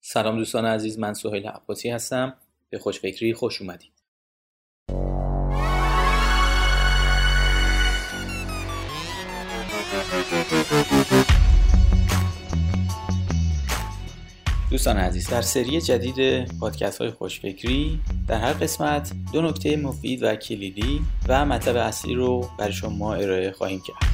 سلام دوستان عزیز، من سهیل عباسی هستم. به خوشفکری خوش اومدید. دوستان عزیز، در سری جدید پادکست های خوشفکری در هر قسمت 2 نکته مفید و کلیدی و مطلب اصلی رو برای شما ارائه خواهیم کرد.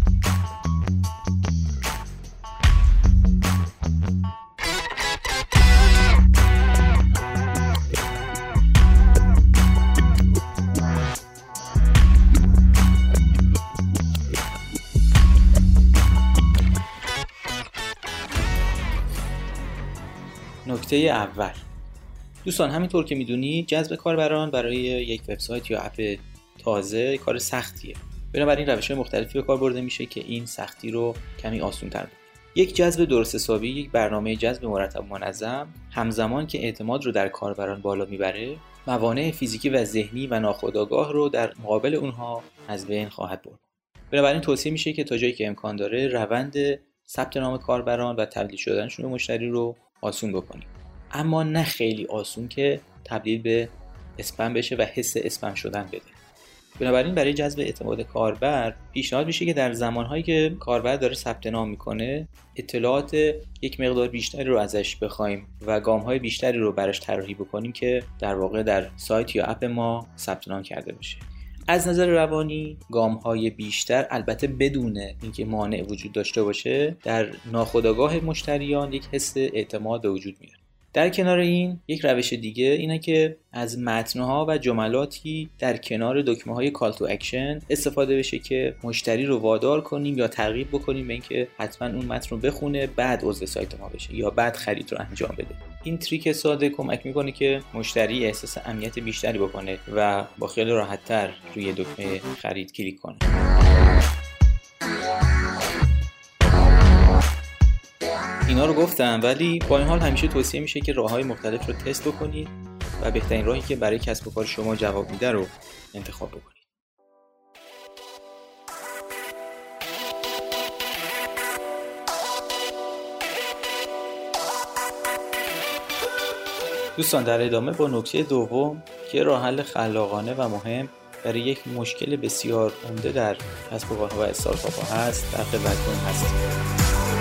نکته اول، دوستان همینطور که میدونید جذب کاربران برای یک وبسایت یا اپ تازه کار سختیه. بنابراین روش‌های مختلفی به کار برده میشه که این سختی رو کمی آسان‌تر کنه. یک جذب درست حسابی، یک برنامه جذب مرتب منظم، همزمان که اعتماد رو در کاربران بالا میبره، موانع فیزیکی و ذهنی و ناخودآگاه رو در مقابل اونها از بین خواهد برد. بنابراین توصیه میشه که تا جایی که امکان داره روند ثبت نام کاربران و تبدیل شدنشون به مشتری رو آسون بکنیم، اما نه خیلی آسون که تبدیل به اسپم بشه و حس اسپم شدن بده. بنابراین برای جذب اعتماد کاربر پیشنهاد میشه که در زمانهایی که کاربر داره ثبت نام میکنه اطلاعات یک مقدار بیشتری رو ازش بخوایم و گام‌های بیشتری رو براش طراحی بکنیم که در واقع در سایت یا اپ ما ثبت نام کرده باشه. از نظر روانی گام‌های بیشتر، البته بدون اینکه مانع وجود داشته باشه، در ناخودآگاه مشتریان یک حس اعتماد به وجود میاره. در کنار این یک روش دیگه اینه که از متن‌ها و جملاتی در کنار دکمه‌های کال تو اکشن استفاده بشه که مشتری رو وادار کنیم یا ترغیب بکنیم به اینکه حتما اون متن رو بخونه بعد عضو سایت ما بشه یا بعد خرید رو انجام بده. این تریک ساده کمک میکنه که مشتری احساس امنیت بیشتری بکنه و با خیلی راحت‌تر روی دکمه خرید کلیک کنه. اینا رو گفتم، ولی با این حال همیشه توصیه میشه که راه‌های مختلف رو تست بکنید و بهترین راهی که برای کسب و کار شما جواب میده رو انتخاب بکنید. دوستان در ادامه با نکته دوم که راه حل خلاقانه و مهم برای یک مشکل بسیار عمده در کسب و کارها و استارتاپ‌ها هست در خدمتتون هستیم.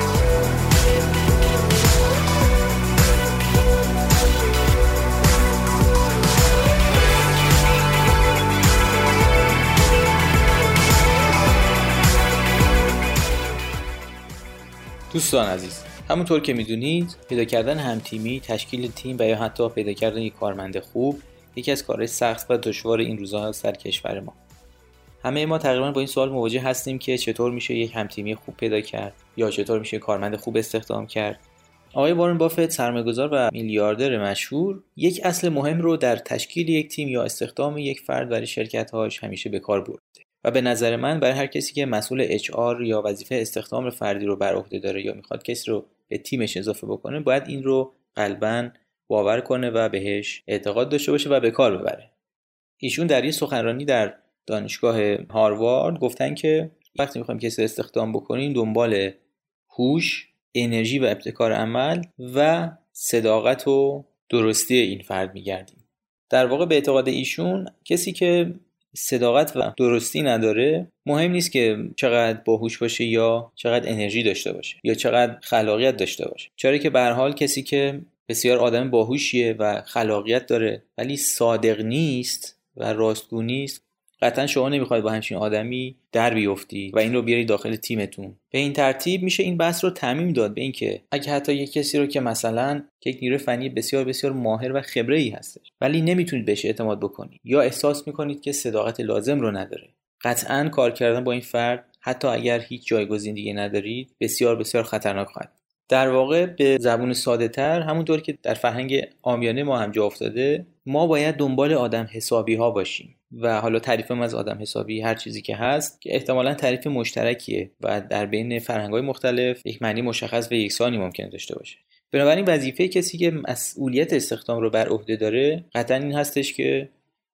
دوستان عزیز، همونطور که میدونید پیدا کردن همتیمی، تشکیل تیم و یا حتی پیدا کردن یک کارمند خوب یکی از کارهای سخت و دشوار این روزها هست در کشور ما. همه ما تقریبا با این سوال مواجه هستیم که چطور میشه یک همتیمی خوب پیدا کرد یا چطور میشه کارمند خوب استخدام کرد. آقای وارن بافت، سرمایه‌گذار و میلیاردر مشهور، یک اصل مهم رو در تشکیل یک تیم یا استخدام یک فرد برای شرکت‌هاش همیشه به کار برده و به نظر من برای هر کسی که مسئول HR یا وظیفه استخدام فردی رو بر عهده داره یا میخواد کسی رو به تیمش اضافه بکنه باید این رو قلباً باور کنه و بهش اعتقاد داشته باشه و به کار ببره. ایشون در یه سخنرانی در دانشگاه هاروارد گفتن که وقتی میخوایم کسی استخدام بکنیم دنبال هوش، انرژی و ابتکار عمل و صداقت و درستی این فرد میگردیم. در واقع به اعتقاد ایشون کسی که صداقت و درستی نداره مهم نیست که چقدر باهوش باشه یا چقدر انرژی داشته باشه یا چقدر خلاقیت داشته باشه، چرا که به هر حال کسی که بسیار آدم باهوشیه و خلاقیت داره ولی صادق نیست و راستگو نیست، قطعا شما نمیخواید با همچین آدمی در بیفتی و این رو بیاری داخل تیمتون. به این ترتیب میشه این بحث رو تعمیم داد به این که اگه حتی یک کسی رو که مثلا یک نیروی فنی بسیار بسیار ماهر و خبره‌ای هستش ولی نمیتونید بهش اعتماد بکنید یا احساس میکنید که صداقت لازم رو نداره، قطعا کار کردن با این فرد حتی اگر هیچ جایگزین دیگه ندارید بسیار بسیار خطرناک خواهد. در واقع به زبون ساده تر، همونطور که در فرهنگ عامیانه ما هم جا افتاده، ما باید دنبال آدم حسابی ها باشیم و حالا تعریفم از آدم حسابی هر چیزی که هست که احتمالاً تعریف مشترکیه و در بین فرهنگ‌های مختلف یک معنی مشخص و یکسانی ممکنه داشته باشه. بنابراین وظیفه کسی که مسئولیت استخدام رو بر عهده داره قطعاً این هستش که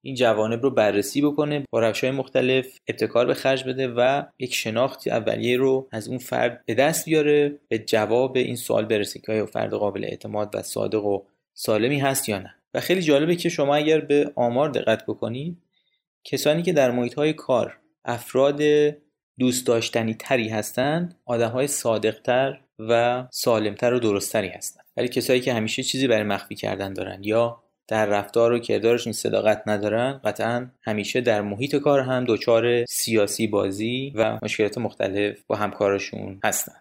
این جوانب رو بررسی بکنه، با روش‌های مختلف ابتکار به خرج بده و یک شناخت اولیه رو از اون فرد به دست بیاره، به جواب این سوال برسه که آیا فرد قابل اعتماد و صادق و سالمی هست یا نه. و خیلی جالبه که شما اگر به آمار دقت بکنید، کسانی که در محیط‌های کار افراد دوست داشتنی تری هستند، آدم‌های صادق‌تر و سالمتر و درست‌تری هستند. ولی کسایی که همیشه چیزی برای مخفی کردن دارن یا در رفتار و کردارشون صداقت ندارن، قطعاً همیشه در محیط کار هم دچار سیاسی بازی و مشکلات مختلف با همکارشون هستند.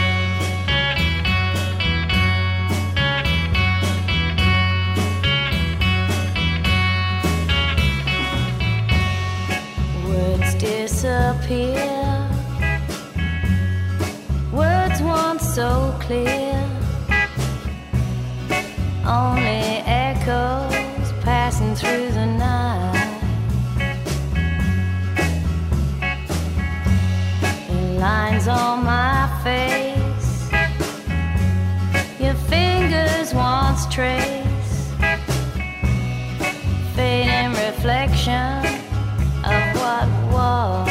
Words disappear, words once so clear, only echoes passing through the night. The lines on my face, your fingers once trace, fading reflection of what was.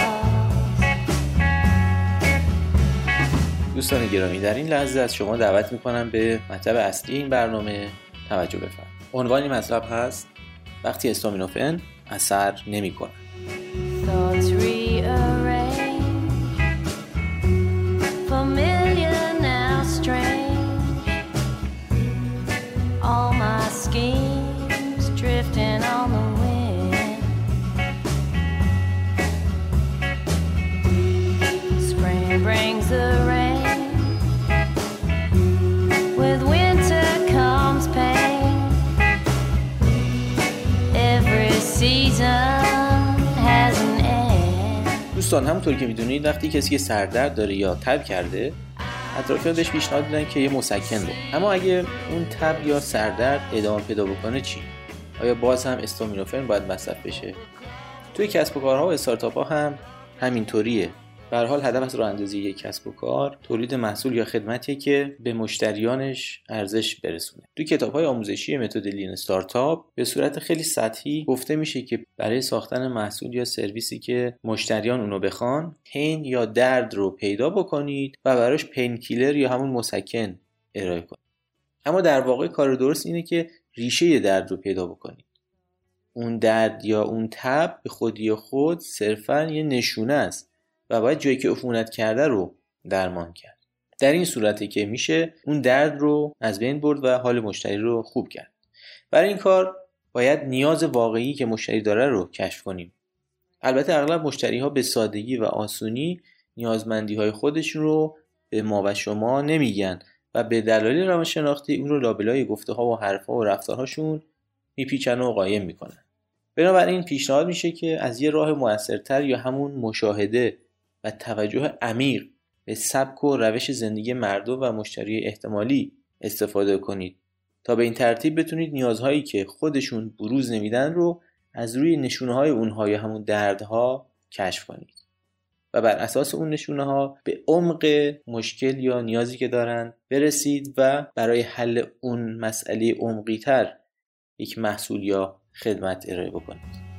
دوستان گرامی، در این لحظه از شما دعوت میکنم به مطلب اصلی این برنامه توجه بفرمایید. عنوان این مطلب هست وقتی استامینوفن اثر نمیکنه. Brings the rain, with winter comes pain, every season has an end. دوستان، همونطور که میدونید وقتی کسی که سردرد داره یا تب کرده، اطرافیان بهش پیشنهاد میدن که یه مسکن رو. اما اگه اون تب یا سردرد ادامه پیدا بکنه چی؟ آیا باز هم استامینوفن باید مصرف بشه؟ توی کسب و کارها و استارتاپ‌ها هم همینطوریه. به هر حال هدف از راه‌اندازی یک کسب و کار تولید محصول یا خدمتیه که به مشتریانش ارزش برسونه. تو کتاب‌های آموزشی متد لین استارتاپ به صورت خیلی سطحی گفته میشه که برای ساختن محصول یا سرویسی که مشتریان اونو بخوان، پین یا درد رو پیدا بکنید و براش پین کیلر یا همون مسکن ارائه کنید. اما در واقع کار درست اینه که ریشه درد رو پیدا بکنید. اون درد یا اون تب به خودی خود صرفاً یه نشونه است و باید جایی که عفونت کرده رو درمان کرد. در این صورتی که میشه اون درد رو از بین برد و حال مشتری رو خوب کرد. برای این کار باید نیاز واقعی که مشتری داره رو کشف کنیم. البته اغلب مشتری ها به سادگی و آسونی نیازمندی های خودشون رو به ما و شما نمیگن و به دلایل روانشناختی اون رو لابلای گفته ها و حرف ها و رفتارهاشون میپیچن و قایم میکنن. بنابراین پیشنهاد میشه که از یه راه موثرتر یا همون مشاهده و توجه عمیق به سبک و روش زندگی مردم و مشتری احتمالی استفاده کنید تا به این ترتیب بتونید نیازهایی که خودشون بروز نمیدن رو از روی نشونه‌های اونها یا همون دردها کشف کنید و بر اساس اون نشونه‌ها به عمق مشکل یا نیازی که دارن برسید و برای حل اون مسئله عمقی‌تر یک محصول یا خدمت ارائه بکنید.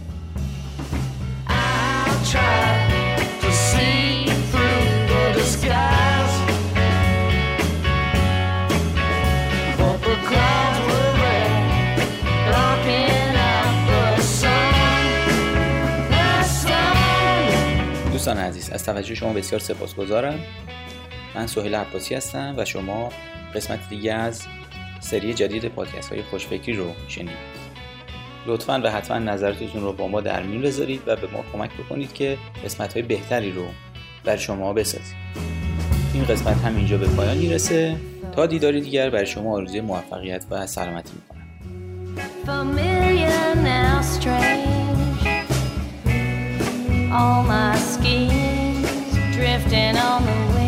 دوستان عزیز، از توجه شما بسیار سپاسگزارم. من سهیل عباسی هستم و شما قسمت دیگه از سری جدید پادکست های خوشفکری رو شنیدید. لطفاً و حتما نظراتتون رو با ما در میون بذارید و به ما کمک بکنید که قسمت های بهتری رو برای شما بسازیم. این قسمت هم اینجا به پایان میرسه. تا دیداری دیگر برای شما آرزوی موفقیت و سلامتی میکنم. All my schemes drifting on the wind.